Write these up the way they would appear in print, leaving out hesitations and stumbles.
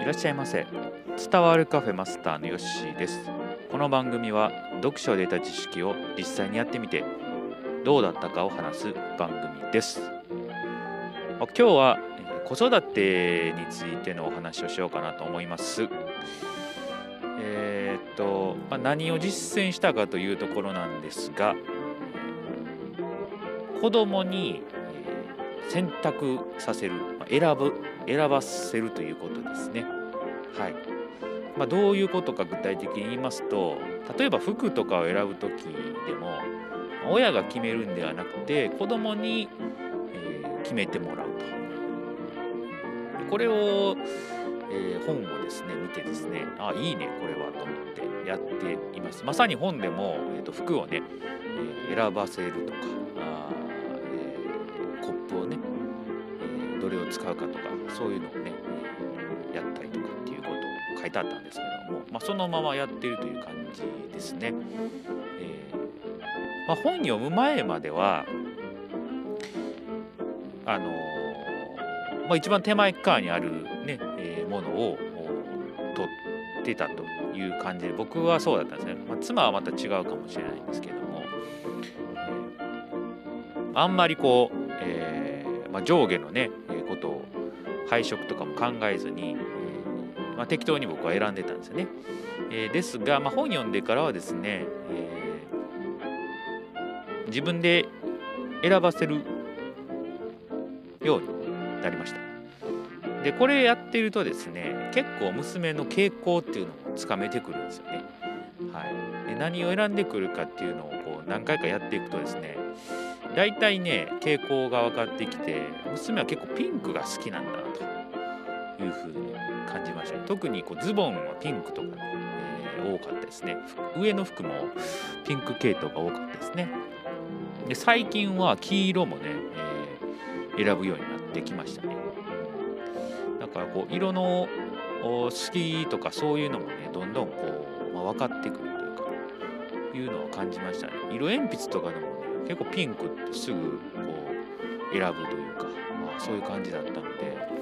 らっしゃいませ。伝わるカフェマスターのヨッシーです。この番組は読書で得た知識を実際にやってみてどうだったかを話す番組です。今日は子育てについてのお話をしようかなと思います。何を実践したかというところなんですが、子供に選択させる、選ばせるということですね。はい。どういうことか具体的に言いますと、例えば服とかを選ぶときでも、親が決めるんではなくて、子供に、決めてもらうと。これを、本をですね、見てですね、いいね、これはと思ってやっています。まさに本でも、服をね、選ばせるとか、コップをね、どれを使うかとか、そういうのをね、やったりとかっていうことを書いてあったんですけども、そのままやっているという感じですね。本読む前までは一番手前側にあるね、ものを取ってたという感じで、僕はそうだったんですね。妻はまた違うかもしれないんですけども、あんまりこう、上下のね、ことを配色とかも考えずに、適当に僕は選んでたんですよね。ですが、本読んでからはですね、自分で選ばせるようになりました。で、これやってるとですね、結構娘の傾向っていうのをつかめてくるんですよね。はい。で、何を選んでくるかっていうのをこう何回かやっていくとですね、大体ね、傾向が分かってきて、娘は結構ピンクが好きなんだなというふうに感じましたね。特にこうズボンはピンクとかね、多かったですね。上の服もピンク系統が多かったですね。で、最近は黄色もね、選ぶようになってきましたね。だからこう色の好きとかそういうのもね、どんどんこう、分かってくるというかいうのを感じましたね。色鉛筆とかでもね、結構ピンクってすぐこう選ぶというか、そういう感じだったので、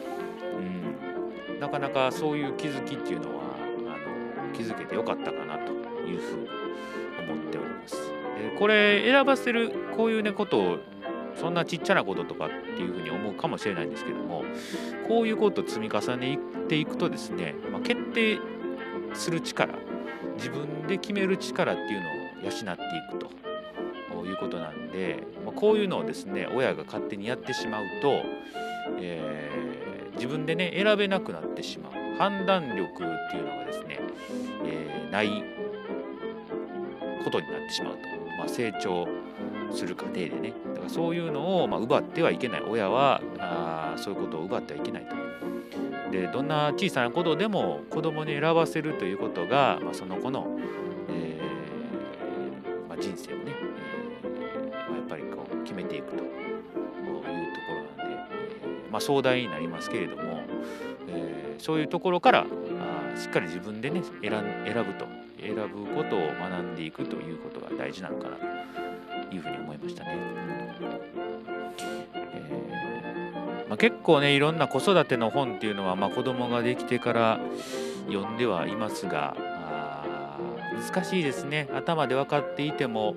なかなかそういう気づきっていうのは気づけてよかったかなというふうに思っております。で、これ選ばせるこういうねことをそんなちっちゃなこととかっていうふうに思うかもしれないんですけども、こういうことを積み重ねていくとですね、決定する力、自分で決める力っていうのを養っていくということなんで、こういうのをですね、親が勝手にやってしまうと、自分でね選べなくなってしまう、判断力っていうのがですね、ないことになってしまうと、成長する過程でね、だからそういうのを奪ってはいけない。親はそういうことを奪ってはいけないと。で、どんな小さなことでも子供に選ばせるということが、その子の、人生をね、やっぱりこう決めていくというところなんで、壮大になりますけれども、そういうところからしっかり自分でね選ぶことを学んでいくということが大事なのかなというふうに思いましたね。結構ね、いろんな子育ての本っていうのは、子供ができてから読んではいますが、難しいですね。頭で分かっていても、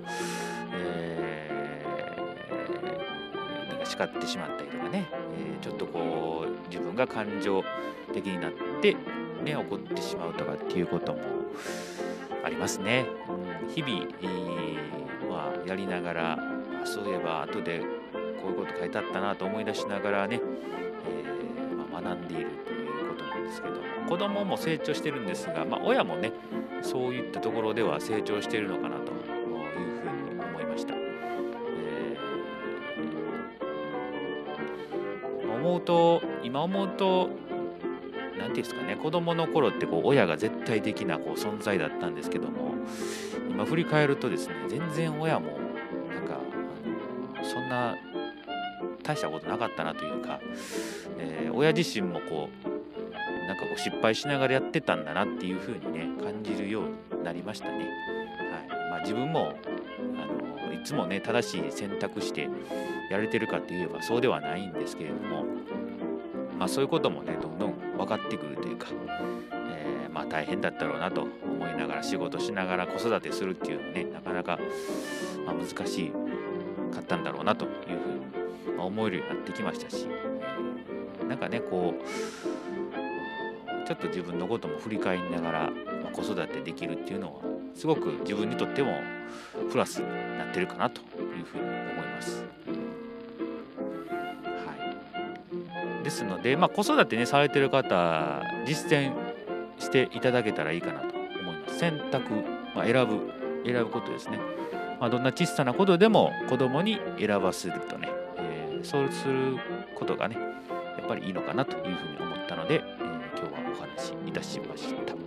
叱ってしまったりとかね、ちょっとこう自分が感情的になってね、怒ってしまうとかっていうこともありますね。日々、やりながら、そういえば後でこういうこと書いてあったなと思い出しながらね、学んでいるということなんですけども、子供も成長してるんですが、親もねそういったところでは成長しているのかなというふうに思いました。今思うとなんていうんですかね、子供の頃ってこう親が絶対的なこう存在だったんですけども、今振り返るとですね、全然親もなんかそんな大したことなかったなというか、親自身もこうなんかこう失敗しながらやってたんだなっていう風にね感じるようになりましたね。はい。自分もいつもね正しい選択してやれてるかって言えばそうではないんですけれども、そういうこともねどんどん分かってくるというか、まあ大変だったろうなと思いながら仕事しながら子育てするっていうのね、なかなか、まあ、難しかったんだろうなというふうに、まあ、思えるようになってきましたし、なんかねこうちょっと自分のことも振り返りながら、まあ、子育てできるっていうのはすごく自分にとってもプラスになってるかなというふうに思います。はい、ですので、まあ、子育てねされてる方実践していただけたらいいかなと思います。選択、まあ、選ぶことですね。まあ、どんな小さなことでも子供に選ばせるとね、そうすることがねやっぱりいいのかなというふうに思ったので、今日はお話しいたしました。はい、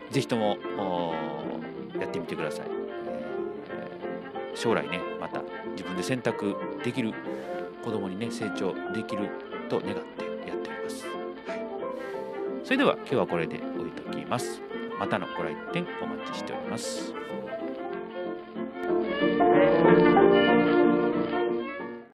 ぜひともやってみてください。将来ねまた自分で選択できる子供にね成長できると願ってやっております。はい、それでは今日はこれで終えておきます。またのご来店お待ちしております。